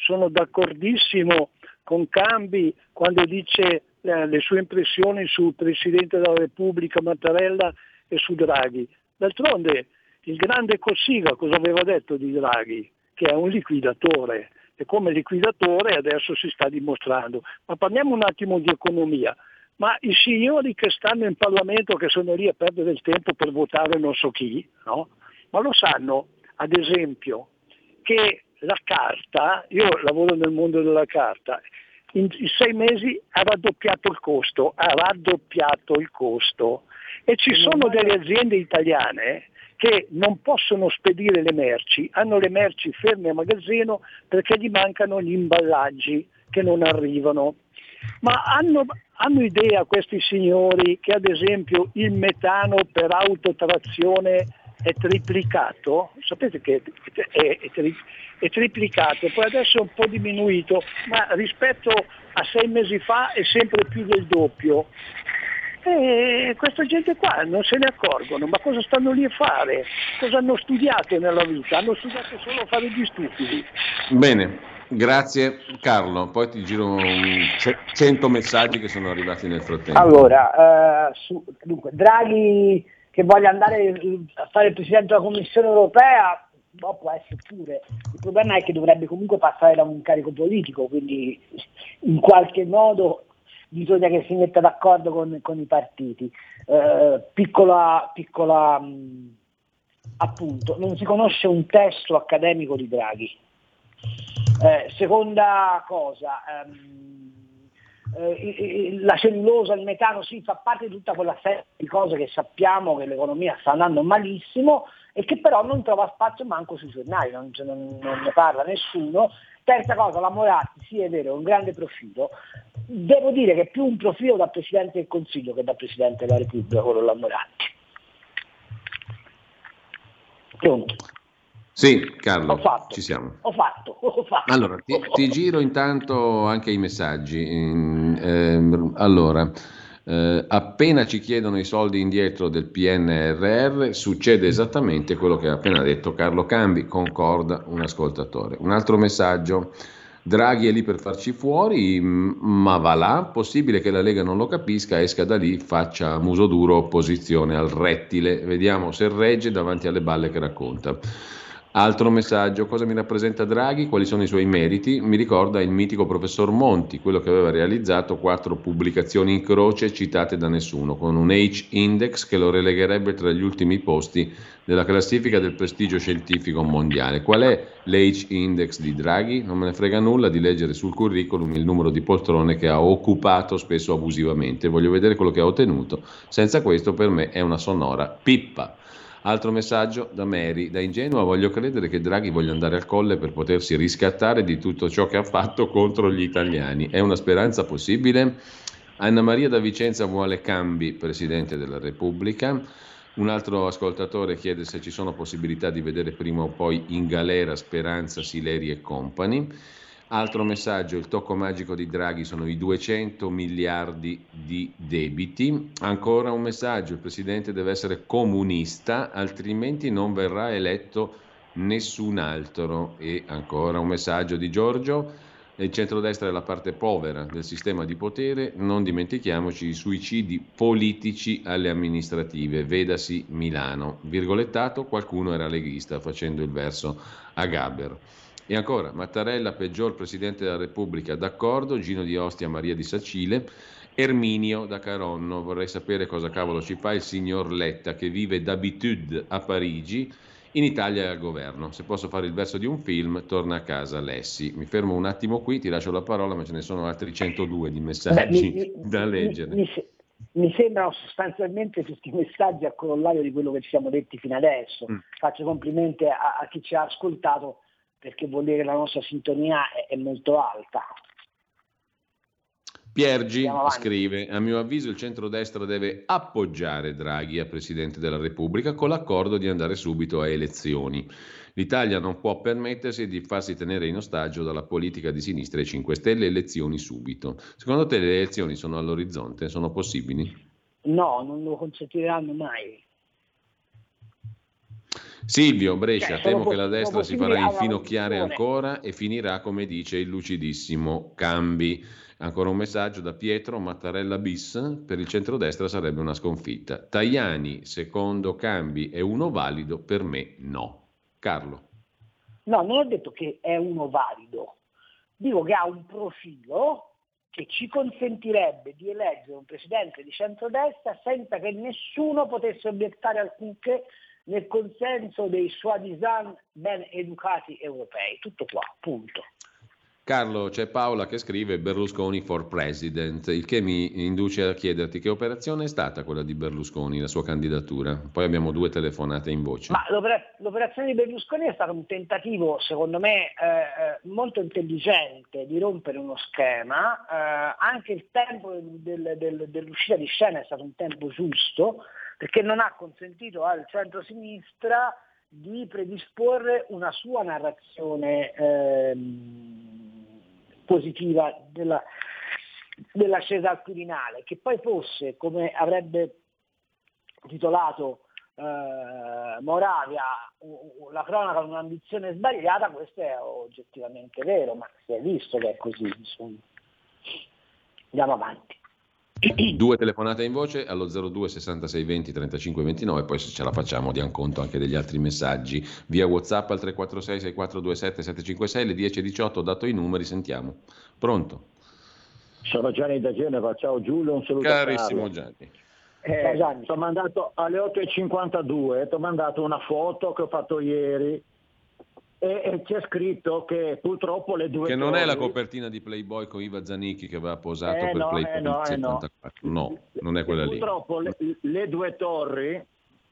sono d'accordissimo con Cambi quando dice eh, le sue impressioni sul Presidente della Repubblica Mattarella e su Draghi. D'altronde il grande Cossiga cosa aveva detto di Draghi? Che è un liquidatore, e come liquidatore adesso si sta dimostrando. Ma parliamo un attimo di economia. Ma i signori che stanno in Parlamento, che sono lì a perdere il tempo per votare non so chi, no? Ma lo sanno, ad esempio, che la carta, io lavoro nel mondo della carta, in, in sei mesi ha raddoppiato il costo, ha raddoppiato il costo, e ci sono delle aziende italiane che non possono spedire le merci, hanno le merci ferme a magazzino perché gli mancano gli imballaggi che non arrivano. Ma hanno, hanno idea questi signori che ad esempio il metano per autotrazione è triplicato? Sapete che è, è, è, è triplicato, poi adesso è un po' diminuito, ma rispetto a sei mesi fa è sempre più del doppio. E questa gente qua non se ne accorgono, ma cosa stanno lì a fare? Cosa hanno studiato nella vita? Hanno studiato solo a fare gli stupidi. Bene, grazie Carlo, poi ti giro cento messaggi che sono arrivati nel frattempo. Allora, uh, su, dunque, Draghi che voglia andare a fare il Presidente della Commissione Europea, no, può essere pure. Il problema è che dovrebbe comunque passare da un carico politico, quindi in qualche modo bisogna che si metta d'accordo con, con i partiti. Eh, piccola, piccola mh, appunto, non si conosce un testo accademico di Draghi. Eh, seconda cosa, ehm, eh, la cellulosa, il metano, sì, fa parte di tutta quella serie di cose che sappiamo che l'economia sta andando malissimo e che però non trova spazio manco sui giornali, non, non, non ne parla nessuno. Terza cosa, la Moratti, sì è vero, è un grande profilo. Devo dire che è più un profilo da Presidente del Consiglio che da Presidente della Repubblica, quello la Moratti. Pronto? Sì, Carlo, ho fatto, ci siamo. Ho fatto, ho fatto. Allora, ti, ti giro intanto anche i messaggi. Eh, allora, eh, appena ci chiedono i soldi indietro del P N R R, succede esattamente quello che ha appena detto Carlo Cambi, concorda un ascoltatore. Un altro messaggio: Draghi è lì per farci fuori, ma va là, possibile che la Lega non lo capisca, esca da lì, faccia muso duro opposizione al rettile, vediamo se regge davanti alle balle che racconta. Altro messaggio: cosa mi rappresenta Draghi, quali sono i suoi meriti? Mi ricorda il mitico professor Monti, quello che aveva realizzato quattro pubblicazioni in croce citate da nessuno, con un H-index che lo relegherebbe tra gli ultimi posti della classifica del prestigio scientifico mondiale. Qual è l'H-index di Draghi? Non me ne frega nulla di leggere sul curriculum il numero di poltrone che ha occupato, spesso abusivamente. Voglio vedere quello che ha ottenuto. Senza questo per me è una sonora pippa. Altro messaggio da Mary: da ingenua voglio credere che Draghi voglia andare al colle per potersi riscattare di tutto ciò che ha fatto contro gli italiani. È una speranza possibile? Anna Maria da Vicenza vuole Cambi Presidente della Repubblica. Un altro ascoltatore chiede se ci sono possibilità di vedere prima o poi in galera Speranza, Sileri e compagni. Altro messaggio: il tocco magico di Draghi sono i duecento miliardi di debiti. Ancora un messaggio: il presidente deve essere comunista, altrimenti non verrà eletto nessun altro. E ancora un messaggio di Giorgio: il centrodestra è la parte povera del sistema di potere, non dimentichiamoci i suicidi politici alle amministrative, vedasi Milano. Virgolettato: qualcuno era leghista, facendo il verso a Gaber. E ancora, Mattarella peggior Presidente della Repubblica, d'accordo. Gino di Ostia, Maria di Sacile. Erminio da Caronno: vorrei sapere cosa cavolo ci fa il signor Letta, che vive d'abitude a Parigi, in Italia è al governo. Se posso fare il verso di un film, torna a casa Lessi. Mi fermo un attimo qui, ti lascio la parola, ma ce ne sono altri centodue di messaggi Beh, mi, da leggere. Mi, mi, mi sembrano sostanzialmente tutti i messaggi a corollario di quello che ci siamo detti fino adesso. Mm. Faccio complimenti a, a chi ci ha ascoltato, perché vuol dire che la nostra sintonia è, è molto alta. Piergi scrive: a mio avviso il centrodestra deve appoggiare Draghi a Presidente della Repubblica con l'accordo di andare subito a elezioni. L'Italia non può permettersi di farsi tenere in ostaggio dalla politica di sinistra e cinque Stelle. Elezioni subito. Secondo te le elezioni sono all'orizzonte? Sono possibili? No, non lo consentiranno mai. Silvio, Brescia, Cioè, temo sono che la pos- destra sono si farà possibili a una infinocchiare condizione. ancora e finirà, come dice il lucidissimo Cambi. Ancora un messaggio da Pietro, Mattarella bis, per il centrodestra sarebbe una sconfitta. Tajani, secondo Cambi, è uno valido, per me no. Carlo. No, non ho detto che è uno valido, dico che ha un profilo che ci consentirebbe di eleggere un presidente di centrodestra senza che nessuno potesse obiettare alcunché nel consenso dei soi-disant ben educati europei. Tutto qua, punto. Carlo, c'è Paola che scrive Berlusconi for president, il che mi induce a chiederti che operazione è stata quella di Berlusconi, la sua candidatura. Poi abbiamo due telefonate in voce. Ma l'oper- l'operazione di Berlusconi è stato un tentativo, secondo me, eh, molto intelligente di rompere uno schema. Eh, anche il tempo del, del, dell'uscita di scena è stato un tempo giusto, perché non ha consentito al centro-sinistra di predisporre una sua narrazione ehm, positiva della, dell'ascesa al Quirinale, che poi fosse, come avrebbe titolato eh, Moravia, la cronaca di un'ambizione sbagliata. Questo è oggettivamente vero, ma si è visto che è così, insomma. Andiamo avanti. Due telefonate in voce allo zero due sessantasei venti trentacinque ventinove, poi se ce la facciamo diamo conto anche degli altri messaggi via WhatsApp al tre quattro sei sei quattro due sette sette cinque sei, le dieci e diciotto, ho dato i numeri, sentiamo. Pronto? Sono Gianni da Genova, ciao Giulio, un saluto. Carissimo a Gianni. Eh, Gianni. Ti ho mandato alle otto e cinquantadue, ti ho mandato una foto che ho fatto ieri e, e c'è scritto che purtroppo le due che non torri... è la copertina di Playboy con Iva Zanicchi che aveva posato eh, per no, Playboy eh, no, settantaquattro. No. no, non è quella lì. Purtroppo le, le due torri,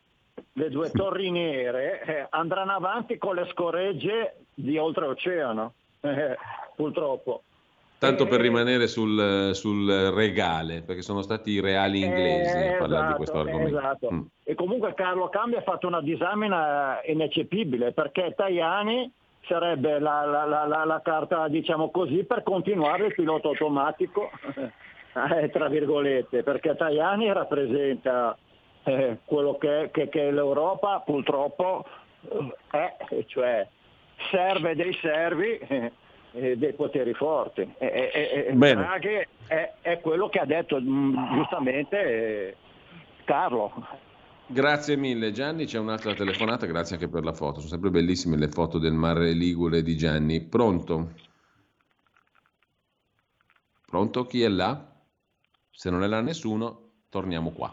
le due torri nere eh, andranno avanti con le scoregge di oltreoceano, eh, purtroppo. Tanto per Eh, rimanere sul, sul regale, perché sono stati i reali inglesi eh, a parlare esatto, di questo argomento. Esatto. Mm. E comunque Carlo Cambi ha fatto una disamina ineccepibile, perché Tajani sarebbe la, la, la, la, la carta, diciamo così, per continuare il pilota automatico, eh, tra virgolette, perché Tajani rappresenta eh, quello che, che, che l'Europa purtroppo è, cioè serve dei servi eh, dei poteri forti. E, e, e Draghi è, è quello che ha detto mh, giustamente eh, Carlo. Grazie mille Gianni, c'è un'altra telefonata, grazie anche per la foto, sono sempre bellissime le foto del mare Ligure di Gianni. Pronto? Pronto? Chi è là? Se non è là nessuno, torniamo qua.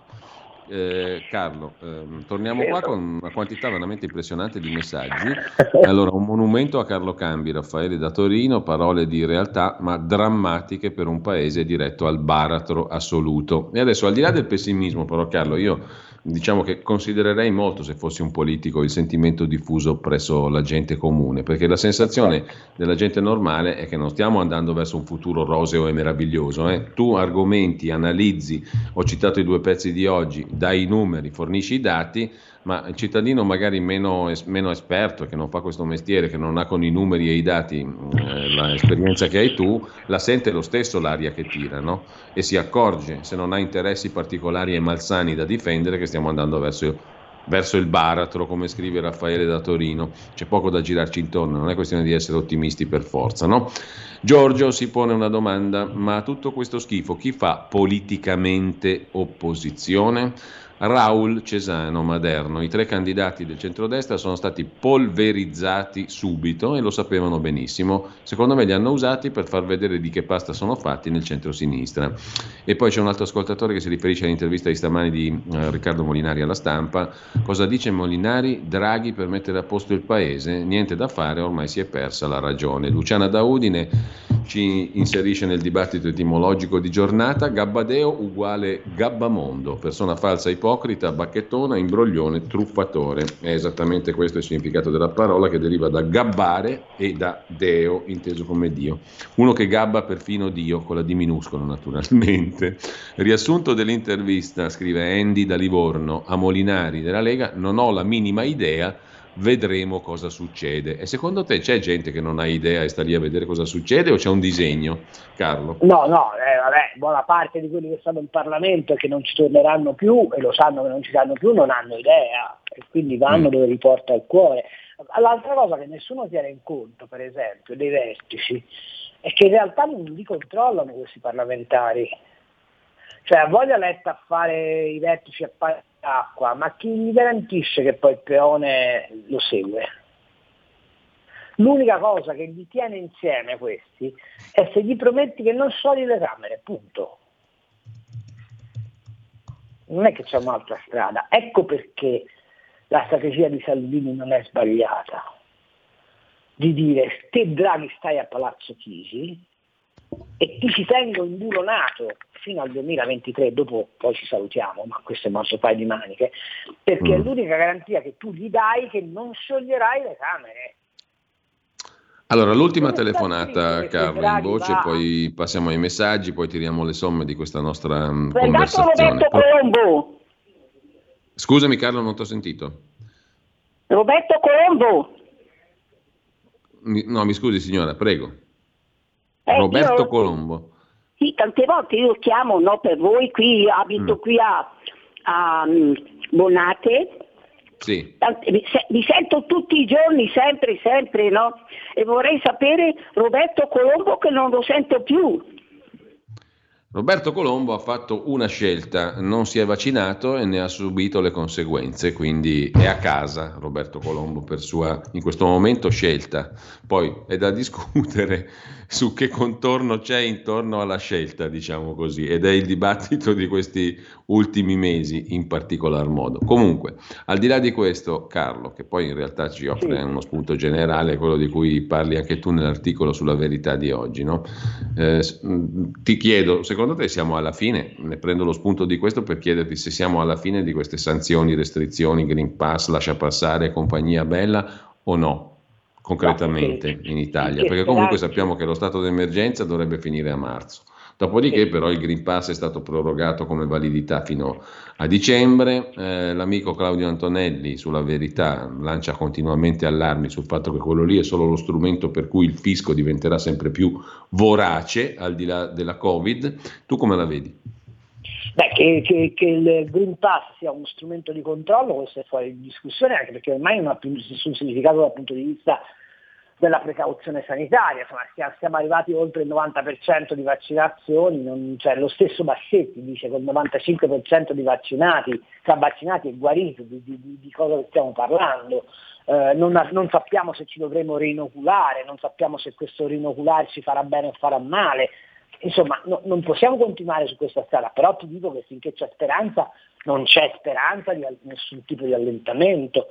Eh, Carlo, ehm, torniamo qua con una quantità veramente impressionante di messaggi. Allora, un monumento a Carlo Cambi, Raffaele da Torino, parole di realtà ma drammatiche per un paese diretto al baratro assoluto. E adesso, al di là del pessimismo, però Carlo, io diciamo che considererei molto, se fossi un politico, il sentimento diffuso presso la gente comune, perché la sensazione della gente normale è che non stiamo andando verso un futuro roseo e meraviglioso. Eh? Tu argomenti, analizzi, ho citato i due pezzi di oggi, dai i numeri, fornisci i dati, ma il cittadino magari meno, es- meno esperto, che non fa questo mestiere, che non ha con i numeri e i dati eh, l'esperienza che hai tu, la sente lo stesso l'aria che tira, no? E si accorge, se non ha interessi particolari e malsani da difendere, che stiamo andando verso, verso il baratro, come scrive Raffaele da Torino. C'è poco da girarci intorno, non è questione di essere ottimisti per forza, no? Giorgio si pone una domanda, ma tutto questo schifo chi fa politicamente opposizione? Raul Cesano Maderno, i tre candidati del centrodestra sono stati polverizzati subito e lo sapevano benissimo. Secondo me li hanno usati per far vedere di che pasta sono fatti nel centrosinistra. E poi c'è un altro ascoltatore che si riferisce all'intervista di stamani di eh, Riccardo Molinari alla Stampa. Cosa dice Molinari? Draghi per mettere a posto il paese? Niente da fare, ormai si è persa la ragione. Luciana da Udine ci inserisce nel dibattito etimologico di giornata. Gabbadeo uguale Gabbamondo, persona falsa, ipocrita, bacchettona, imbroglione, truffatore. È esattamente questo il significato della parola, che deriva da gabbare e da deo, inteso come Dio. Uno che gabba perfino Dio, con la D minuscola naturalmente. Riassunto dell'intervista, scrive Andy da Livorno, a Molinari della Lega: non ho la minima idea, vedremo cosa succede. E secondo te c'è gente che non ha idea e sta lì a vedere cosa succede, o c'è un disegno, Carlo? No, no, eh, vabbè, buona parte di quelli che stanno in Parlamento e che non ci torneranno più, e lo sanno che non ci saranno più, non hanno idea. e quindi vanno mm. dove li porta il cuore. L'altra cosa che nessuno tiene in conto, per esempio, dei vertici, è che in realtà non li controllano questi parlamentari. Cioè, ha voglia Letta a fare i vertici a pari d'acqua, ma chi gli garantisce che poi il peone lo segue? L'unica cosa che li tiene insieme questi è se gli prometti che non sciogli le Camere, punto. Non è che c'è un'altra strada. Ecco perché la strategia di Salvini non è sbagliata. Di dire, te Draghi stai a Palazzo Chigi e ti ci tengo imburonato fino al duemilaventitré, dopo poi ci salutiamo, ma questo è un altro paio di maniche, perché mm. è l'unica garanzia che tu gli dai che non scioglierai le Camere. Allora, l'ultima telefonata, Carlo, in voce, va... poi passiamo ai messaggi, poi tiriamo le somme di questa nostra um, conversazione. Roberto Colombo. Scusami Carlo, non ti ho sentito. Roberto Colombo. Mi, no, mi scusi signora, prego. Eh, Roberto io, Colombo. Sì, tante volte io chiamo, no, per voi, qui abito mm. qui a, a Bonate. Sì. Vi sento tutti i giorni, sempre, sempre, no? E vorrei sapere Roberto Colombo che non lo sento più. Roberto Colombo ha fatto una scelta, non si è vaccinato e ne ha subito le conseguenze, quindi è a casa Roberto Colombo per sua, in questo momento, scelta. Poi è da discutere su che contorno c'è intorno alla scelta, diciamo così, ed è il dibattito di questi ultimi mesi in particolar modo. Comunque, al di là di questo, Carlo, che poi in realtà ci offre uno spunto generale, quello di cui parli anche tu nell'articolo sulla Verità di oggi, no? Eh, ti chiedo, secondo te siamo alla fine? Ne prendo lo spunto di questo per chiederti se siamo alla fine di queste sanzioni, restrizioni, Green Pass, lascia passare, compagnia bella o no? Concretamente in Italia, perché comunque sappiamo che lo stato d'emergenza dovrebbe finire a marzo. Dopodiché però il Green Pass è stato prorogato come validità fino a dicembre, eh, l'amico Claudio Antonelli sulla Verità lancia continuamente allarmi sul fatto che quello lì è solo lo strumento per cui il fisco diventerà sempre più vorace al di là della Covid. Tu come la vedi? Beh, che, che, che il Green Pass sia uno strumento di controllo, questo è fuori di discussione, anche perché ormai non ha più nessun significato dal punto di vista della precauzione sanitaria. Insomma, siamo arrivati oltre il novanta per cento di vaccinazioni, non, cioè lo stesso Bassetti dice che il novantacinque per cento di vaccinati, tra vaccinati e guariti, di, di, di cosa stiamo parlando. Eh, non, non sappiamo se ci dovremo rinoculare, non sappiamo se questo rinocularci farà bene o farà male. Insomma, no, non possiamo continuare su questa strada, però ti dico che finché c'è speranza non c'è speranza di nessun tipo di allentamento,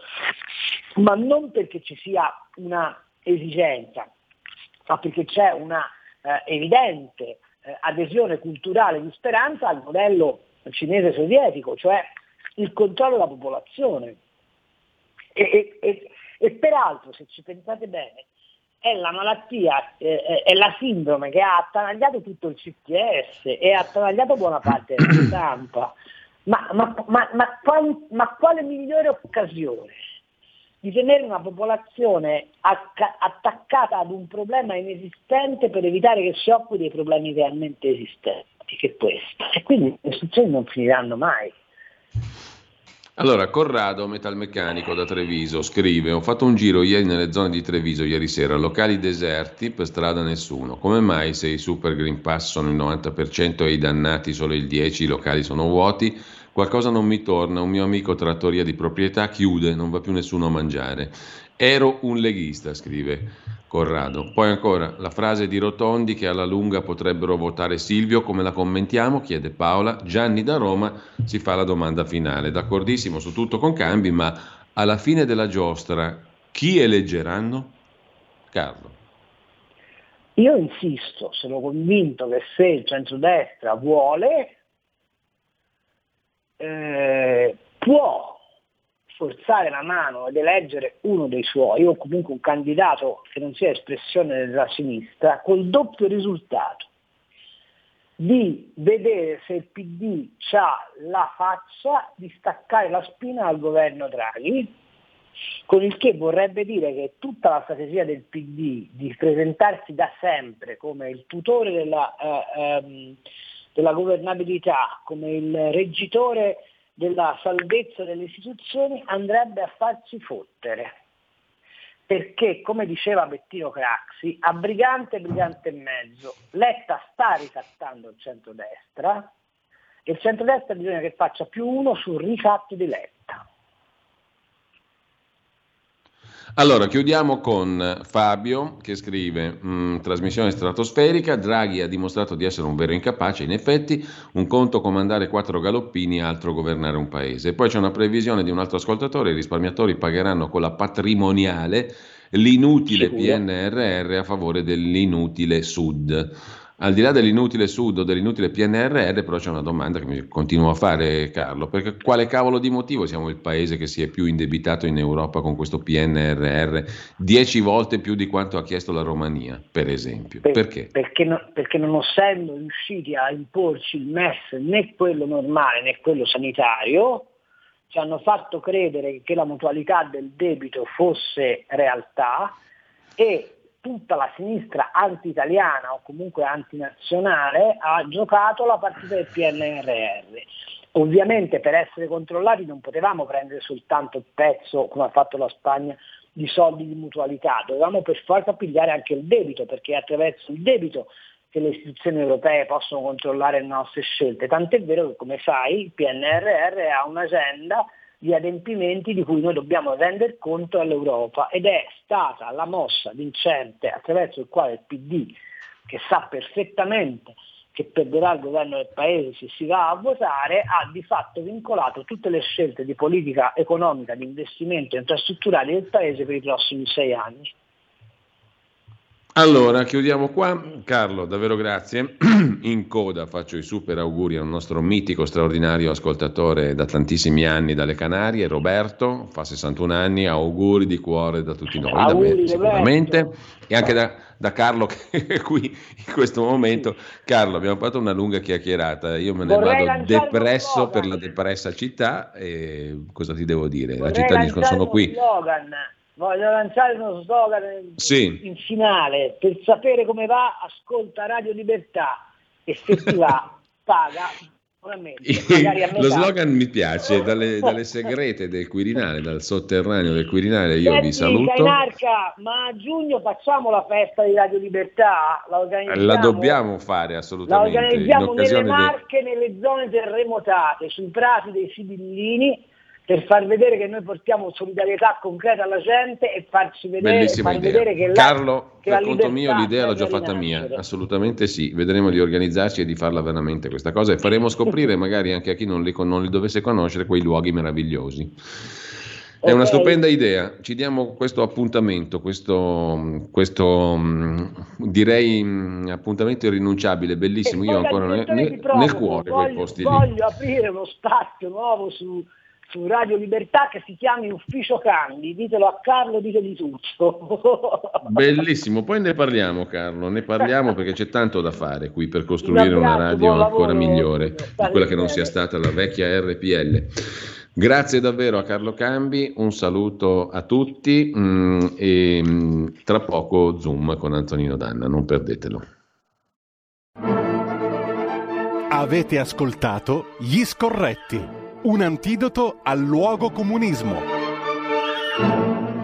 ma non perché ci sia una esigenza, ma perché c'è una eh, evidente eh, adesione culturale di speranza al modello cinese sovietico, cioè il controllo della popolazione. E, e, e, e peraltro, se ci pensate bene, è la malattia, eh, è la sindrome che ha attanagliato tutto il C T S e ha attanagliato buona parte della stampa. Ma, ma, ma, ma, qual, ma quale migliore occasione di tenere una popolazione acca- attaccata ad un problema inesistente per evitare che si occupi dei problemi realmente esistenti, che questo. E quindi le istruzioni non finiranno mai. Allora, Corrado, metalmeccanico da Treviso, scrive: ho fatto un giro ieri nelle zone di Treviso, ieri sera, locali deserti, per strada nessuno. Come mai se i super Green Pass sono il novanta per cento e i dannati solo il dieci per cento, i locali sono vuoti? Qualcosa non mi torna, un mio amico trattoria di proprietà chiude, non va più nessuno a mangiare. Ero un leghista, scrive Corrado. Poi ancora, la frase di Rotondi che alla lunga potrebbero votare Silvio, come la commentiamo? Chiede Paola. Gianni da Roma si fa la domanda finale. D'accordissimo su tutto con Cambi, ma alla fine della giostra chi eleggeranno? Carlo. Io insisto, sono convinto che se il centrodestra vuole, eh, può forzare la mano ed eleggere uno dei suoi, o comunque un candidato che non sia espressione della sinistra, col doppio risultato di vedere se il P D ha la faccia di staccare la spina al governo Draghi, con il che vorrebbe dire che tutta la strategia del P D di presentarsi da sempre come il tutore della, eh, ehm, della governabilità, come il reggitore della salvezza delle istituzioni andrebbe a farsi fottere. Perché, come diceva Bettino Craxi, a brigante, brigante e mezzo, Letta sta ricattando il centrodestra e il centrodestra bisogna che faccia più uno sul ricatto di Letta. Allora, chiudiamo con Fabio che scrive, mh, trasmissione stratosferica, Draghi ha dimostrato di essere un vero incapace, in effetti un conto comandare quattro galoppini, altro governare un paese. Poi c'è una previsione di un altro ascoltatore, i risparmiatori pagheranno con la patrimoniale l'inutile P N R R a favore dell'inutile Sud. Al di là dell'inutile Sud o dell'inutile P N R R, però c'è una domanda che mi continuo a fare, Carlo, perché quale cavolo di motivo siamo il paese che si è più indebitato in Europa con questo P N R R, dieci volte più di quanto ha chiesto la Romania, per esempio? Per, perché? Perché, no, perché non essendo riusciti a imporci il M E S, né quello normale né quello sanitario, ci hanno fatto credere che la mutualità del debito fosse realtà e tutta la sinistra anti-italiana o comunque antinazionale ha giocato la partita del P N R R. Ovviamente per essere controllati non potevamo prendere soltanto il pezzo, come ha fatto la Spagna, di soldi di mutualità, dovevamo per forza pigliare anche il debito, perché è attraverso il debito che le istituzioni europee possono controllare le nostre scelte. Tant'è vero che, come sai, il P N R R ha un'agenda di adempimenti di cui noi dobbiamo rendere conto all'Europa ed è stata la mossa vincente attraverso il quale il P D, che sa perfettamente che perderà il governo del paese se si va a votare, ha di fatto vincolato tutte le scelte di politica economica, di investimento infrastrutturali del paese per i prossimi sei anni. Allora, chiudiamo qua. Carlo, davvero grazie. In coda faccio i super auguri al nostro mitico, straordinario ascoltatore da tantissimi anni dalle Canarie, Roberto, fa sessantuno anni, auguri di cuore da tutti noi, da me sicuramente, e anche da, da Carlo che è qui in questo momento. Carlo, abbiamo fatto una lunga chiacchierata, io me ne Vorrei vado depresso per la depressa città e cosa ti devo dire? Vorrei la città dice sono qui. Slogan. Voglio lanciare uno slogan sì. in finale: per sapere come va, ascolta Radio Libertà e se ti va, paga. Lo slogan mi piace, dalle, dalle segrete del Quirinale, dal sotterraneo del Quirinale io Senti, vi saluto. Cainarca, ma a giugno facciamo la festa di Radio Libertà? La, organizziamo, la dobbiamo fare assolutamente. La organizziamo nelle de... Marche, nelle zone terremotate, sui prati dei Sibillini, per far vedere che noi portiamo solidarietà concreta alla gente e farci vedere, bellissima far idea. vedere che la, Carlo, che per la conto mio l'idea l'ho già fatta fatta mia, assolutamente sì, vedremo di organizzarci e di farla veramente questa cosa e faremo scoprire magari anche a chi non li, non li dovesse conoscere quei luoghi meravigliosi. È okay. Una stupenda idea, ci diamo questo appuntamento, questo, questo direi appuntamento irrinunciabile, bellissimo, io ancora nel, nel, nel cuore voglio, quei posti voglio lì. Voglio aprire uno spazio nuovo su su Radio Libertà che si chiami Ufficio Cambi, ditelo a Carlo, diteli tutto. Bellissimo, poi ne parliamo Carlo, ne parliamo perché c'è tanto da fare qui per costruire un una radio ancora lavoro, migliore di quella che non sia stata la vecchia R P L. Grazie davvero a Carlo Cambi, un saluto a tutti mh, e mh, tra poco Zoom con Antonino Danna, non perdetelo. Avete ascoltato Gli Scorretti, un antidoto al luogo comunismo.